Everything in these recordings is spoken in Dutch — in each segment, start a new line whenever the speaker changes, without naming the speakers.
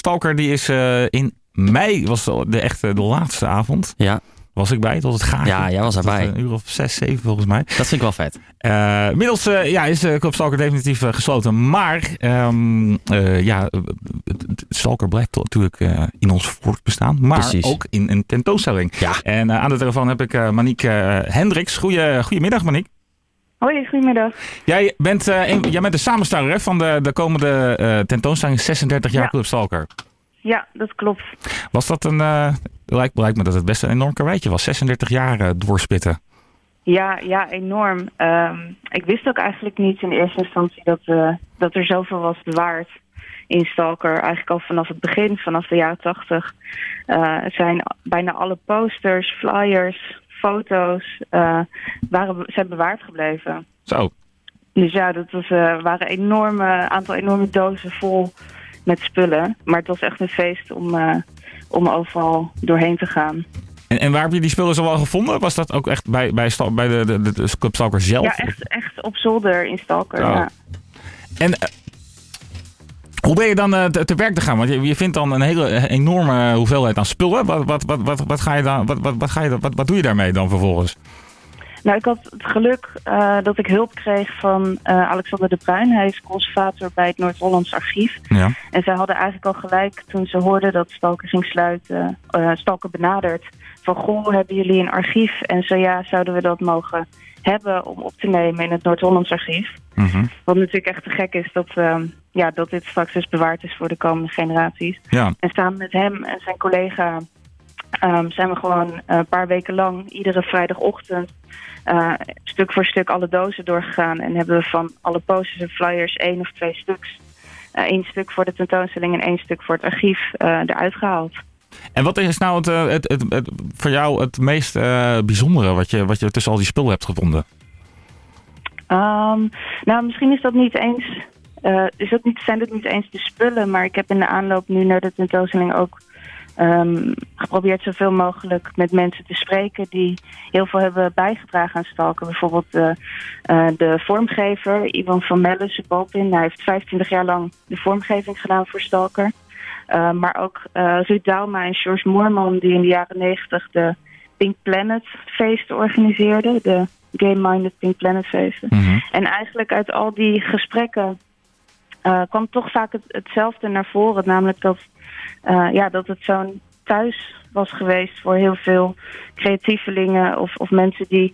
Stalker die is in mei, was de laatste avond.
Ja.
Was ik bij, tot het gaatje.
Ja, jij was erbij.
Een uur of 6, 7 volgens mij.
Dat vind ik wel vet.
Inmiddels is Club Stalker definitief gesloten. Maar Stalker blijft natuurlijk in ons voortbestaan. Maar
Precies.
ook in een tentoonstelling.
Ja.
En aan de telefoon heb ik Maniek Hendricks. Goedemiddag, Maniek.
Hoi, goedemiddag.
Jij bent de samensteller van de komende tentoonstelling 36 jaar Club Stalker.
Ja, dat klopt.
Was dat lijkt me dat het best een enorm karweitje was. 36 jaar doorspitten.
Ja, enorm. Ik wist ook eigenlijk niet in eerste instantie dat er zoveel was bewaard in Stalker. Eigenlijk al vanaf het begin, vanaf de jaren 80. Zijn bijna alle posters, flyers, foto's zijn bewaard gebleven.
Zo.
Dus ja, waren een aantal enorme dozen vol met spullen. Maar het was echt een feest om overal doorheen te gaan.
En waar heb je die spullen zo wel gevonden? Was dat ook echt bij de Club Stalker zelf?
Ja, echt op zolder in Stalker, ja.
En hoe ben je dan te werk te gaan? Want je vindt dan een hele enorme hoeveelheid aan spullen. Wat doe je daarmee dan vervolgens?
Nou, ik had het geluk dat ik hulp kreeg van Alexander de Bruin. Hij is conservator bij het Noord-Hollands Archief.
Ja.
En zij hadden eigenlijk al gelijk toen ze hoorden dat Stalker ging sluiten, Stalker benaderd. Van, goh, hebben jullie een archief? En zo ja, zouden we dat mogen hebben om op te nemen in het Noord-Hollands Archief.
Mm-hmm.
Wat natuurlijk echt te gek is dat dit straks dus bewaard is voor de komende generaties.
Ja.
En samen met hem en zijn collega zijn we gewoon een paar weken lang iedere vrijdagochtend stuk voor stuk alle dozen doorgegaan. En hebben we van alle posters en flyers 1 of 2 stuks. 1 stuk voor de tentoonstelling en 1 stuk voor het archief eruit gehaald.
En wat is nou het voor jou het meest bijzondere wat je tussen al die spullen hebt gevonden?
Nou, misschien is dat niet eens. Zijn dat niet eens de spullen, maar ik heb in de aanloop nu naar de tentoonstelling ook geprobeerd zoveel mogelijk met mensen te spreken die heel veel hebben bijgedragen aan Stalker. Bijvoorbeeld de vormgever, Ivan van Melle, Subalpin. Hij heeft 25 jaar lang de vormgeving gedaan voor Stalker. Maar ook Ruud Dauma en George Moorman, die in de jaren 90 de Pink Planet feesten organiseerden. De Gay-minded Pink Planet feesten. Mm-hmm. En eigenlijk uit al die gesprekken kwam toch vaak hetzelfde naar voren. Namelijk dat het zo'n thuis was geweest voor heel veel creatievelingen of mensen die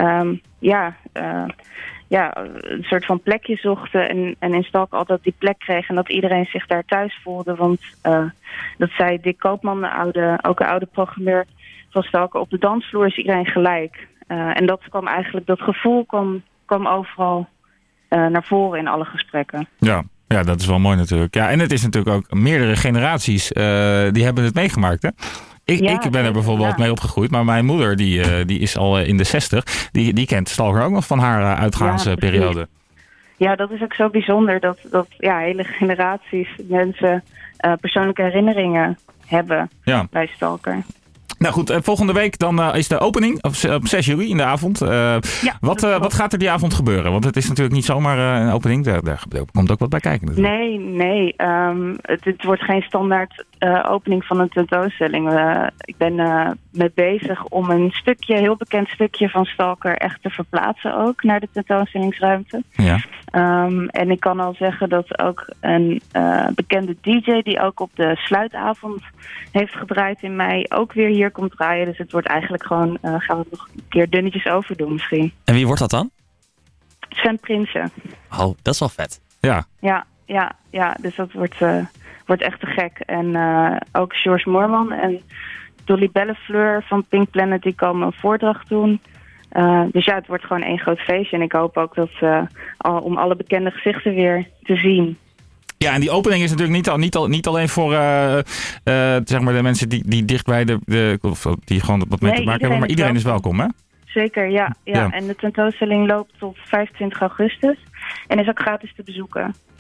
een soort van plekje zochten en in Stalker altijd die plek kregen en dat iedereen zich daar thuis voelde. Want dat zei Dick Koopman, ook een oude programmeur van Stalker, op de dansvloer is iedereen gelijk. En dat gevoel kwam overal naar voren in alle gesprekken.
Ja, dat is wel mooi natuurlijk. Ja, en het is natuurlijk ook meerdere generaties die hebben het meegemaakt, hè? Ik ben er bijvoorbeeld mee opgegroeid, maar mijn moeder die is al in de 60. Die kent Stalker ook nog van haar uitgaansperiode.
Ja, dat is ook zo bijzonder dat hele generaties mensen persoonlijke herinneringen hebben bij Stalker.
Nou goed, volgende week dan is de opening op 6 juli in de avond. Wat gaat er die avond gebeuren? Want het is natuurlijk niet zomaar een opening. Daar komt ook wat bij kijken natuurlijk.
Nee. Het wordt geen standaard opening van een tentoonstelling. Ik ben mee bezig om een heel bekend stukje van Stalker echt te verplaatsen ook naar de tentoonstellingsruimte. Ja. En ik kan al zeggen dat ook een bekende DJ die ook op de sluitavond heeft gedraaid in mei ook weer hier komt draaien. Dus het wordt eigenlijk gewoon, gaan we het nog een keer dunnetjes over doen misschien.
En wie wordt dat dan?
Sven Prinsen.
Oh, dat is wel vet.
Ja, dus dat wordt echt te gek. En ook George Moorman en Dolly Bellefleur van Pink Planet, die komen een voordracht doen. Dus ja, het wordt gewoon één groot feestje. En ik hoop ook dat om alle bekende gezichten weer te zien.
Ja, en die opening is natuurlijk niet alleen voor zeg maar de mensen die dicht bij die gewoon wat mee te maken hebben, maar iedereen is welkom, hè?
Zeker, ja. En de tentoonstelling loopt tot 25 augustus en is ook gratis te bezoeken.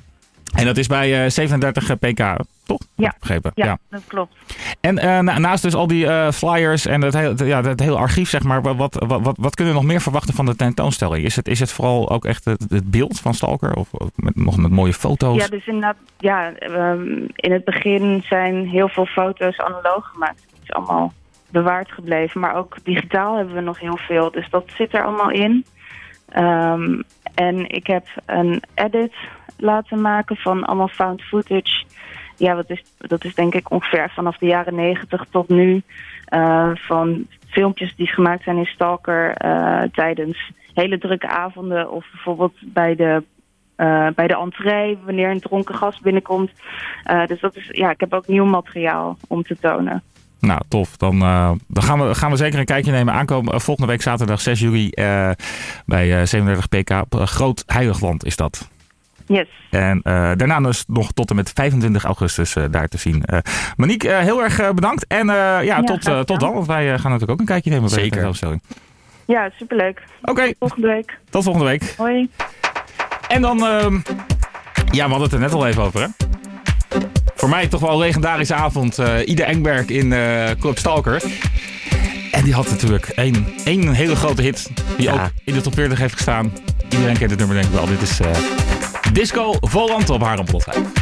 En dat is bij 37 pk, toch?
Ja.
Begrepen.
Ja, dat klopt.
En naast dus al die flyers en het hele archief, zeg maar, wat kunnen we nog meer verwachten van de tentoonstelling? Is het vooral ook echt het beeld van Stalker? Of nog met mooie foto's?
Ja, dus inderdaad, in het begin zijn heel veel foto's analoog gemaakt. Het is allemaal bewaard gebleven. Maar ook digitaal hebben we nog heel veel. Dus dat zit er allemaal in. En ik heb een edit laten maken van allemaal found footage. Ja, dat is denk ik ongeveer vanaf de jaren 90 tot nu. Van filmpjes die gemaakt zijn in Stalker tijdens hele drukke avonden. Of bijvoorbeeld bij de entree, wanneer een dronken gast binnenkomt. Dus dat is, ik heb ook nieuw materiaal om te tonen.
Nou, tof. Dan gaan we zeker een kijkje nemen. Aankomen volgende week zaterdag 6 juli bij 37 pk. Groot Heiligland is dat.
Yes.
En daarna dus nog tot en met 25 augustus daar te zien. Monique, heel erg bedankt. En tot dan. Want wij gaan natuurlijk ook een kijkje nemen bij de tentoonstelling.
Ja, superleuk.
Oké.
Volgende week.
Tot volgende week.
Hoi.
En dan, we hadden het er net al even over, hè? Voor mij toch wel een legendarische avond. Ide Engberg in Club Stalker. En die had natuurlijk één hele grote hit. Die ook in de top 40 heeft gestaan. Iedereen kent het nummer denk ik wel. Dit is Disco Volante op Haarlem Plotwijk.